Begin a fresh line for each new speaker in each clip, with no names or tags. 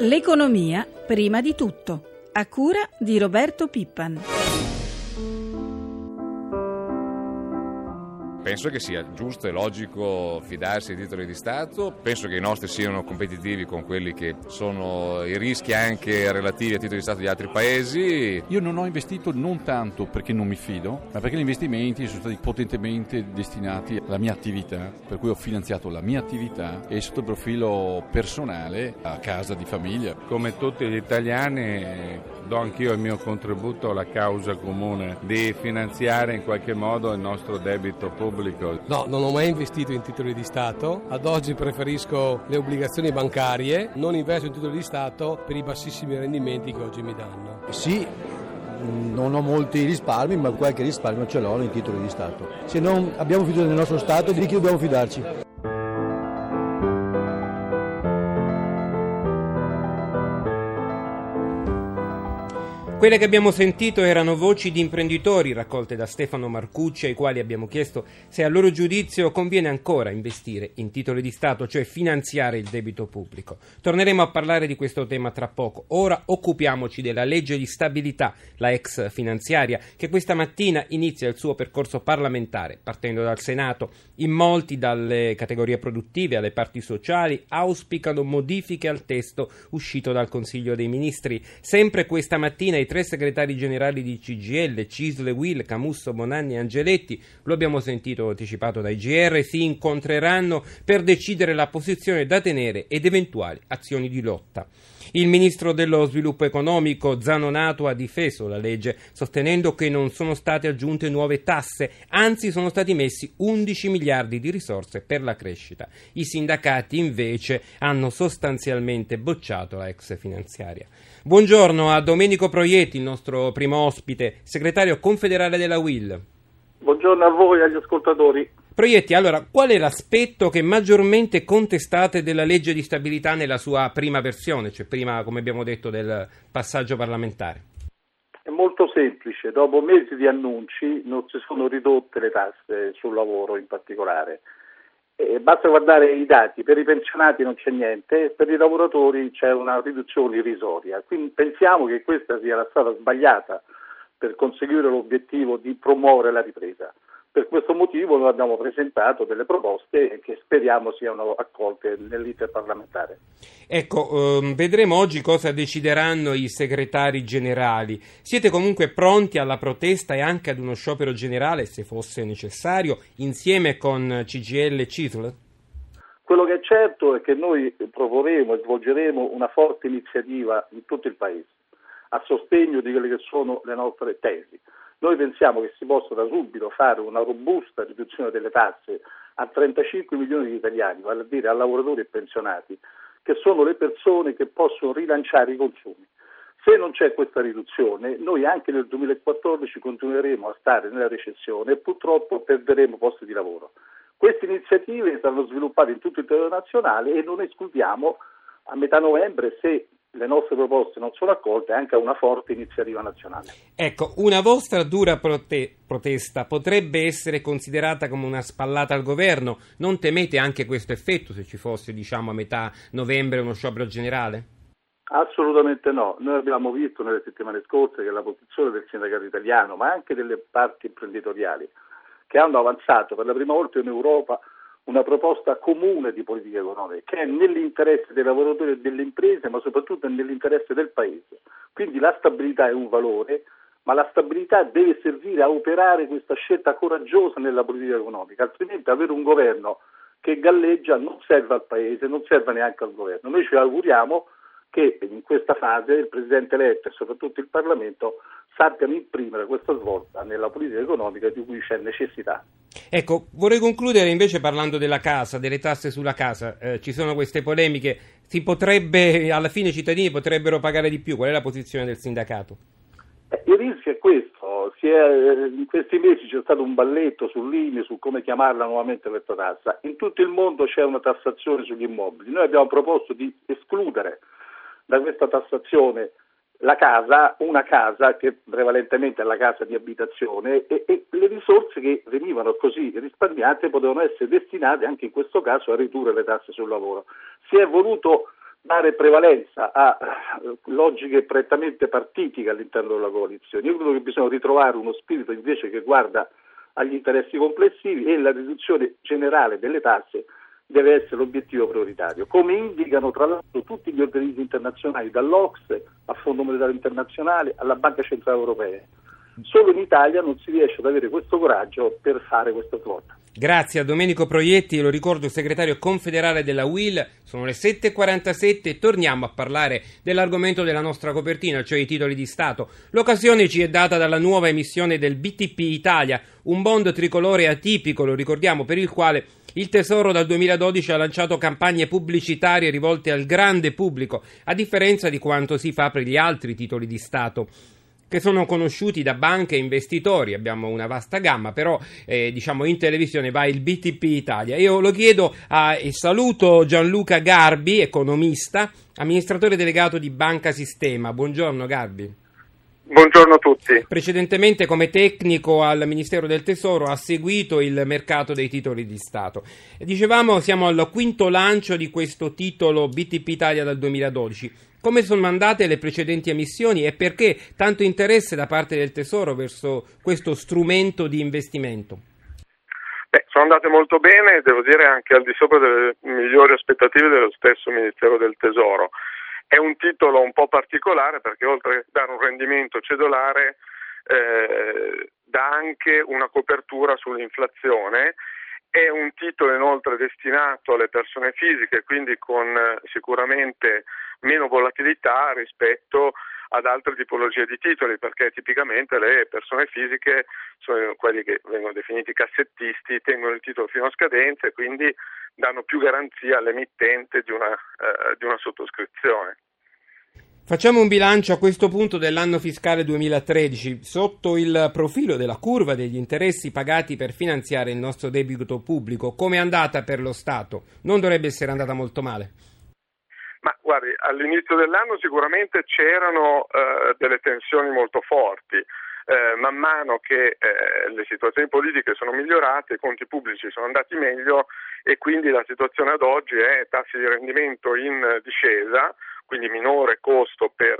L'economia prima di tutto, a cura di Roberto Pippan.
Penso che sia giusto e logico fidarsi dei titoli di Stato, penso che i nostri siano competitivi con quelli che sono i rischi anche relativi ai titoli di Stato di altri paesi.
Io non ho investito non tanto perché non mi fido, ma perché gli investimenti sono stati potentemente destinati alla mia attività, per cui ho finanziato la mia attività e sotto il profilo personale a casa di famiglia.
Come tutti gli italiani do anch'io il mio contributo alla causa comune di finanziare in qualche modo il nostro debito pubblico.
No, non ho mai investito in titoli di Stato, ad oggi preferisco le obbligazioni bancarie, non investo in titoli di Stato per i bassissimi rendimenti che oggi mi danno.
Sì, non ho molti risparmi, ma qualche risparmio ce l'ho nei titoli di Stato. Se non abbiamo fiducia nel nostro Stato, di chi dobbiamo fidarci?
Quelle che abbiamo sentito erano voci di imprenditori raccolte da Stefano Marcucci, ai quali abbiamo chiesto se a loro giudizio conviene ancora investire in titoli di Stato, cioè finanziare il debito pubblico. Torneremo a parlare di questo tema tra poco. Ora occupiamoci della legge di stabilità, la ex finanziaria, che questa mattina inizia il suo percorso parlamentare, partendo dal Senato. In molti, dalle categorie produttive alle parti sociali, auspicano modifiche al testo uscito dal Consiglio dei Ministri. Sempre questa mattina i 3 segretari generali di CGIL, Cisle, Will, Camusso, Bonanni e Angeletti, lo abbiamo sentito anticipato dai GR, si incontreranno per decidere la posizione da tenere ed eventuali azioni di lotta. Il ministro dello sviluppo economico Zanonato ha difeso la legge, sostenendo che non sono state aggiunte nuove tasse, anzi sono stati messi 11 miliardi di risorse per la crescita. I sindacati invece hanno sostanzialmente bocciato la ex finanziaria. Buongiorno a Domenico Proietti, il nostro primo ospite, segretario confederale della UIL.
Buongiorno a voi e agli ascoltatori.
Proietti, allora, qual è l'aspetto che maggiormente contestate della legge di stabilità nella sua prima versione, cioè prima, come abbiamo detto, del passaggio parlamentare?
È molto semplice, dopo mesi di annunci non si sono ridotte le tasse sul lavoro in particolare. Basta guardare i dati, per i pensionati non c'è niente, per i lavoratori c'è una riduzione irrisoria, quindi pensiamo che questa sia la strada sbagliata per conseguire l'obiettivo di promuovere la ripresa. Per questo motivo noi abbiamo presentato delle proposte che speriamo siano accolte nell'iter parlamentare.
Ecco, vedremo oggi cosa decideranno i segretari generali. Siete comunque pronti alla protesta e anche ad uno sciopero generale, se fosse necessario, insieme con CGIL e CISL?
Quello che è certo è che noi proporremo e svolgeremo una forte iniziativa in tutto il Paese a sostegno di quelle che sono le nostre tesi. Noi pensiamo che si possa da subito fare una robusta riduzione delle tasse a 35 milioni di italiani, vale a dire a lavoratori e pensionati, che sono le persone che possono rilanciare i consumi. Se non c'è questa riduzione, noi anche nel 2014 continueremo a stare nella recessione e purtroppo perderemo posti di lavoro. Queste iniziative saranno sviluppate in tutto il territorio nazionale e non escludiamo a metà novembre, se le nostre proposte non sono accolte, anche a una forte iniziativa nazionale.
Ecco, una vostra dura protesta potrebbe essere considerata come una spallata al governo? Non temete anche questo effetto se ci fosse, a metà novembre uno sciopero generale?
Assolutamente no. Noi abbiamo visto nelle settimane scorse che la posizione del sindacato italiano, ma anche delle parti imprenditoriali, che hanno avanzato per la prima volta in Europa una proposta comune di politica economica che è nell'interesse dei lavoratori e delle imprese, ma soprattutto nell'interesse del Paese. Quindi la stabilità è un valore, ma la stabilità deve servire a operare questa scelta coraggiosa nella politica economica, altrimenti avere un governo che galleggia non serve al Paese, non serve neanche al governo. Noi ci auguriamo che in questa fase il Presidente eletto e soprattutto il Parlamento sappiano imprimere questa svolta nella politica economica di cui c'è necessità.
Ecco, vorrei concludere invece parlando della casa, delle tasse sulla casa. Ci sono queste polemiche, alla fine i cittadini potrebbero pagare di più. Qual è la posizione del sindacato?
Il rischio è questo, in questi mesi c'è stato un balletto sull'IMI, su come chiamarla nuovamente questa tassa. In tutto il mondo c'è una tassazione sugli immobili. Noi abbiamo proposto di escludere da questa tassazione una casa che prevalentemente è la casa di abitazione e le risorse che venivano così risparmiate potevano essere destinate anche in questo caso a ridurre le tasse sul lavoro. Si è voluto dare prevalenza a logiche prettamente partitiche all'interno della coalizione. Io credo che bisogna ritrovare uno spirito invece che guarda agli interessi complessivi, e la riduzione generale delle tasse deve essere l'obiettivo prioritario, come indicano tra l'altro tutti gli organismi internazionali, dall'Ocse al Fondo Monetario Internazionale alla Banca Centrale Europea. Solo in Italia non si riesce ad avere questo coraggio per fare questa svolta.
Grazie a Domenico Proietti, lo ricordo, segretario confederale della UIL. Sono le 7.47 e torniamo a parlare dell'argomento della nostra copertina, cioè i titoli di Stato. L'occasione ci è data dalla nuova emissione del BTP Italia, un bond tricolore atipico, lo ricordiamo, per il quale il Tesoro dal 2012 ha lanciato campagne pubblicitarie rivolte al grande pubblico, a differenza di quanto si fa per gli altri titoli di Stato, che sono conosciuti da banche e investitori. Abbiamo una vasta gamma, però in televisione va il BTP Italia. Io lo chiedo e saluto Gianluca Garbi, economista, amministratore delegato di Banca Sistema. Buongiorno Garbi.
Buongiorno a tutti.
Precedentemente come tecnico al Ministero del Tesoro ha seguito il mercato dei titoli di Stato. Dicevamo, siamo al quinto lancio di questo titolo BTP Italia dal 2012. Come sono andate le precedenti emissioni e perché tanto interesse da parte del Tesoro verso questo strumento di investimento?
Sono andate molto bene, devo dire anche al di sopra delle migliori aspettative dello stesso Ministero del Tesoro. È un titolo un po' particolare perché oltre a dare un rendimento cedolare dà anche una copertura sull'inflazione. È un titolo inoltre destinato alle persone fisiche, quindi con sicuramente meno volatilità rispetto ad altre tipologie di titoli, perché tipicamente le persone fisiche sono quelli che vengono definiti cassettisti, tengono il titolo fino a scadenza e quindi danno più garanzia all'emittente di una sottoscrizione.
Facciamo un bilancio a questo punto dell'anno fiscale 2013 sotto il profilo della curva degli interessi pagati per finanziare il nostro debito pubblico. Come è andata per lo Stato? Non dovrebbe essere andata molto male.
Ma guardi, all'inizio dell'anno sicuramente c'erano delle tensioni molto forti. Man mano che le situazioni politiche sono migliorate, i conti pubblici sono andati meglio e quindi la situazione ad oggi è tassi di rendimento in discesa, quindi minore costo per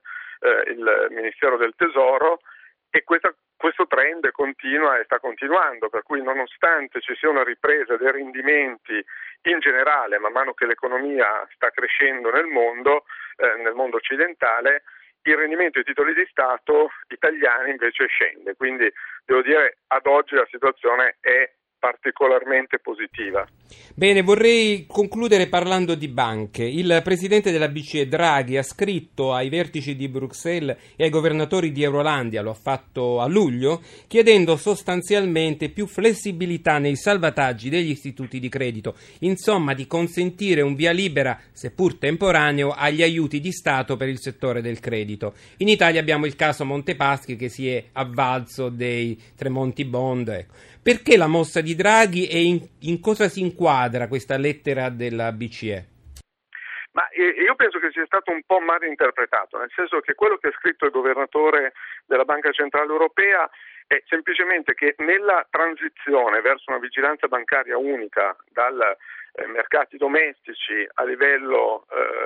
il Ministero del Tesoro, e questo trend continua e sta continuando, per cui nonostante ci sia una ripresa dei rendimenti in generale, man mano che l'economia sta crescendo nel mondo occidentale, il rendimento dei titoli di Stato italiani invece scende, quindi devo dire ad oggi la situazione è particolarmente positiva.
Bene, vorrei concludere parlando di banche. Il presidente della BCE Draghi ha scritto ai vertici di Bruxelles e ai governatori di Eurolandia, lo ha fatto a luglio, chiedendo sostanzialmente più flessibilità nei salvataggi degli istituti di credito, insomma di consentire un via libera, seppur temporaneo, agli aiuti di Stato per il settore del credito. In Italia abbiamo il caso Montepaschi che si è avvalso dei Tremonti Bond. Ecco. Perché la mossa di Draghi e in cosa si inquadra questa lettera della BCE?
Ma io penso che sia stato un po' mal interpretato, nel senso che quello che ha scritto il governatore della Banca Centrale Europea è semplicemente che nella transizione verso una vigilanza bancaria unica dai mercati domestici a livello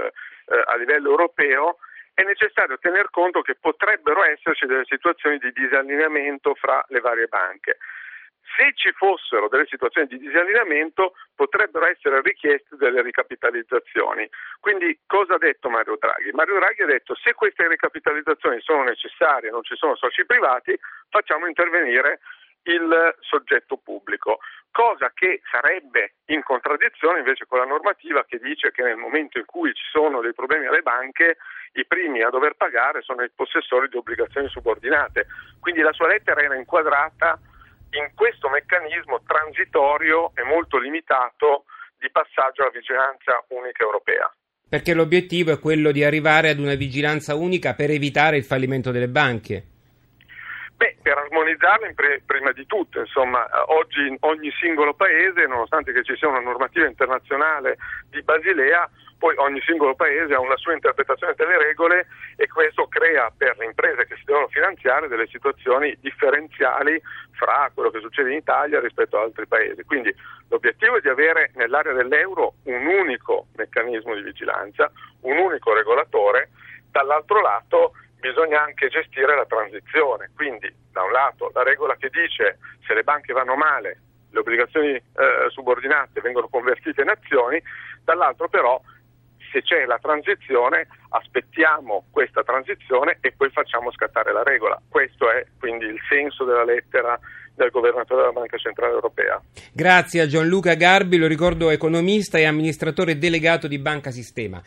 europeo è necessario tener conto che potrebbero esserci delle situazioni di disallineamento fra le varie banche. Se ci fossero delle situazioni di disallineamento potrebbero essere richieste delle ricapitalizzazioni. Quindi cosa ha detto Mario Draghi? Mario Draghi ha detto: se queste ricapitalizzazioni sono necessarie, non ci sono soci privati, facciamo intervenire il soggetto pubblico, cosa che sarebbe in contraddizione invece con la normativa che dice che nel momento in cui ci sono dei problemi alle banche i primi a dover pagare sono i possessori di obbligazioni subordinate. Quindi la sua lettera era inquadrata in questo meccanismo transitorio e molto limitato di passaggio alla vigilanza unica europea.
Perché l'obiettivo è quello di arrivare ad una vigilanza unica per evitare il fallimento delle banche.
Per armonizzarle prima di tutto, insomma, oggi ogni singolo paese, nonostante che ci sia una normativa internazionale di Basilea, poi ogni singolo paese ha una sua interpretazione delle regole e questo crea per le imprese che si devono finanziare delle situazioni differenziali fra quello che succede in Italia rispetto ad altri paesi. Quindi l'obiettivo è di avere nell'area dell'euro un unico meccanismo di vigilanza, un unico regolatore. Dall'altro lato bisogna anche gestire la transizione, quindi da un lato la regola che dice se le banche vanno male le obbligazioni subordinate vengono convertite in azioni, dall'altro però se c'è la transizione aspettiamo questa transizione e poi facciamo scattare la regola. Questo è quindi il senso della lettera del governatore della Banca Centrale Europea.
Grazie a Gianluca Garbi, lo ricordo economista e amministratore delegato di Banca Sistema.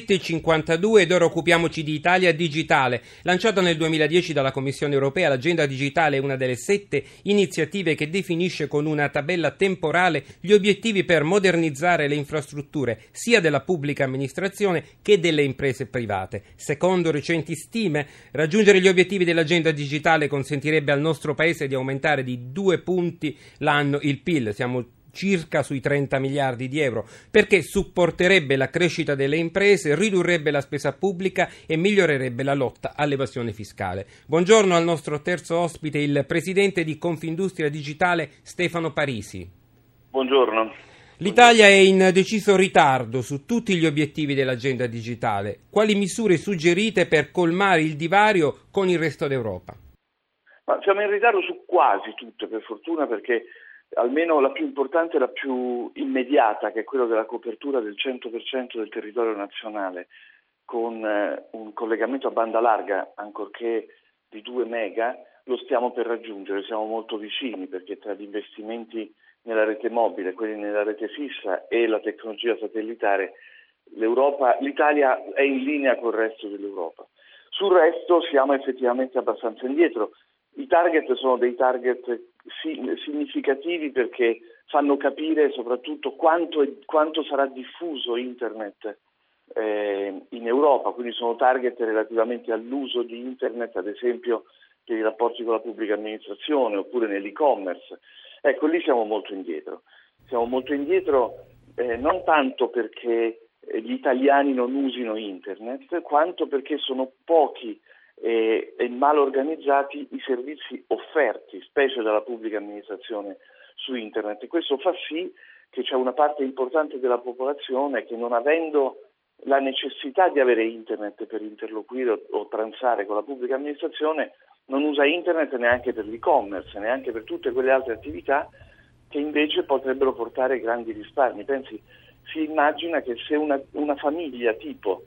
7.52 ed ora occupiamoci di Italia Digitale. Lanciata nel 2010 dalla Commissione Europea, l'agenda digitale è una delle 7 iniziative che definisce con una tabella temporale gli obiettivi per modernizzare le infrastrutture sia della pubblica amministrazione che delle imprese private. Secondo recenti stime, raggiungere gli obiettivi dell'agenda digitale consentirebbe al nostro Paese di aumentare di 2 punti l'anno il PIL, siamo circa sui 30 miliardi di euro, perché supporterebbe la crescita delle imprese, ridurrebbe la spesa pubblica e migliorerebbe la lotta all'evasione fiscale. Buongiorno al nostro terzo ospite, il presidente di Confindustria Digitale Stefano Parisi.
Buongiorno.
L'Italia è in deciso ritardo su tutti gli obiettivi dell'agenda digitale. Quali misure suggerite per colmare il divario con il resto d'Europa?
Ma siamo in ritardo su quasi tutte, per fortuna, perché almeno la più importante e la più immediata, che è quella della copertura del 100% del territorio nazionale, con un collegamento a banda larga, ancorché di 2 mega, lo stiamo per raggiungere, siamo molto vicini, perché tra gli investimenti nella rete mobile, quelli nella rete fissa e la tecnologia satellitare, l'Italia è in linea col resto dell'Europa. Sul resto siamo effettivamente abbastanza indietro. I target sono dei target significativi perché fanno capire soprattutto quanto sarà diffuso Internet in Europa, quindi sono target relativamente all'uso di Internet, ad esempio per i rapporti con la pubblica amministrazione oppure nell'e-commerce. Ecco, lì siamo molto indietro. Siamo molto indietro non tanto perché gli italiani non usino Internet, quanto perché sono pochi e mal organizzati i servizi offerti, specie dalla pubblica amministrazione su Internet. E questo fa sì che c'è una parte importante della popolazione che, non avendo la necessità di avere Internet per interloquire o pranzare con la pubblica amministrazione, non usa Internet neanche per l'e-commerce, neanche per tutte quelle altre attività che invece potrebbero portare grandi risparmi. Pensi, si immagina che se una famiglia tipo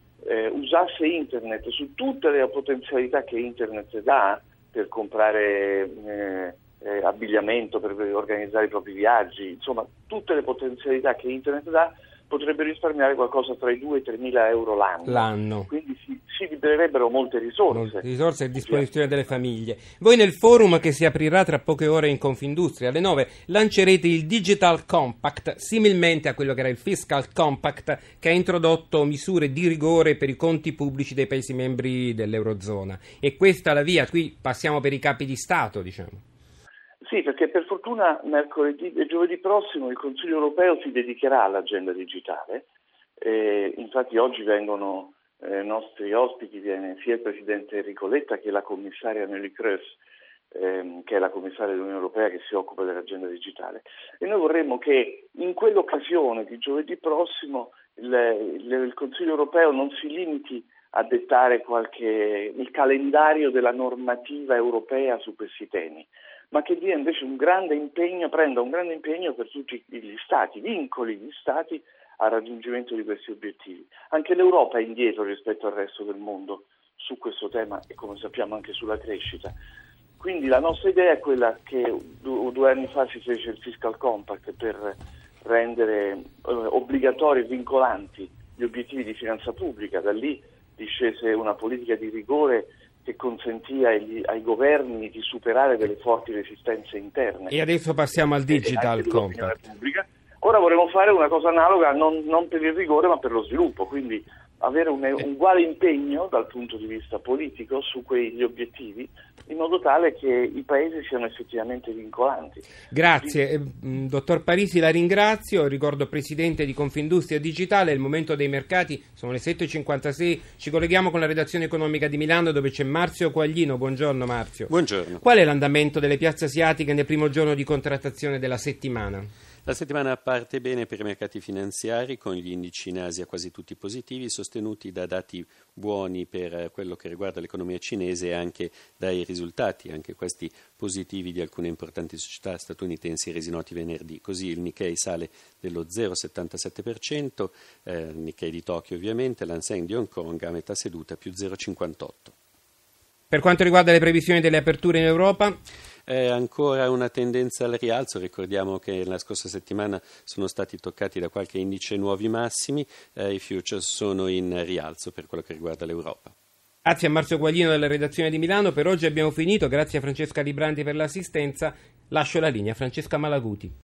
usasse Internet su tutte le potenzialità che Internet dà per comprare abbigliamento, per organizzare i propri viaggi, insomma tutte le potenzialità che Internet dà, potrebbe risparmiare qualcosa tra i 2 e i 3 mila euro l'anno. Quindi si libererebbero molte risorse.
Risorse a disposizione delle famiglie. Voi nel forum che si aprirà tra poche ore in Confindustria alle 9 lancerete il Digital Compact, similmente a quello che era il Fiscal Compact, che ha introdotto misure di rigore per i conti pubblici dei Paesi membri dell'Eurozona. E questa è la via, qui passiamo per i capi di Stato, diciamo.
Sì, perché per fortuna mercoledì e giovedì prossimo il Consiglio europeo si dedicherà all'agenda digitale. Infatti oggi vengono nostri ospiti, viene sia il Presidente Enrico Letta che la Commissaria Neelie Kroes, che è la Commissaria dell'Unione Europea che si occupa dell'agenda digitale. E noi vorremmo che in quell'occasione di giovedì prossimo il Consiglio europeo non si limiti a dettare il calendario della normativa europea su questi temi, ma che dia invece prenda un grande impegno per tutti gli Stati, vincoli gli Stati al raggiungimento di questi obiettivi. Anche l'Europa è indietro rispetto al resto del mondo su questo tema e, come sappiamo, anche sulla crescita. Quindi la nostra idea è quella che 2 anni fa si fece il Fiscal Compact per rendere obbligatori e vincolanti gli obiettivi di finanza pubblica. Da lì discese una politica di rigore che consentia ai governi di superare delle forti resistenze interne.
E adesso passiamo al Digital Compact.
Ora vorremmo fare una cosa analoga non per il rigore ma per lo sviluppo, quindi avere un uguale impegno dal punto di vista politico su quegli obiettivi, in modo tale che i paesi siano effettivamente vincolanti.
Grazie, dottor Parisi, la ringrazio. Ricordo presidente di Confindustria Digitale. È il momento dei mercati, sono le 7.56. Ci colleghiamo con la redazione economica di Milano, dove c'è Marzio Quaglino. Buongiorno Marzio.
Buongiorno.
Qual è l'andamento delle piazze asiatiche nel primo giorno di contrattazione della settimana?
La settimana parte bene per i mercati finanziari, con gli indici in Asia quasi tutti positivi, sostenuti da dati buoni per quello che riguarda l'economia cinese e anche dai risultati, anche questi positivi, di alcune importanti società statunitensi resi noti venerdì. Così il Nikkei sale dello 0,77%, Nikkei di Tokyo ovviamente, l'Hang di Hong Kong a metà seduta più 0,58%.
Per quanto riguarda le previsioni delle aperture in Europa?
Ancora una tendenza al rialzo, ricordiamo che la scorsa settimana sono stati toccati da qualche indice nuovi massimi, i futures sono in rialzo per quello che riguarda l'Europa.
Grazie a Marzio Quaglino della redazione di Milano, per oggi abbiamo finito, grazie a Francesca Librandi per l'assistenza, lascio la linea a Francesca Malaguti.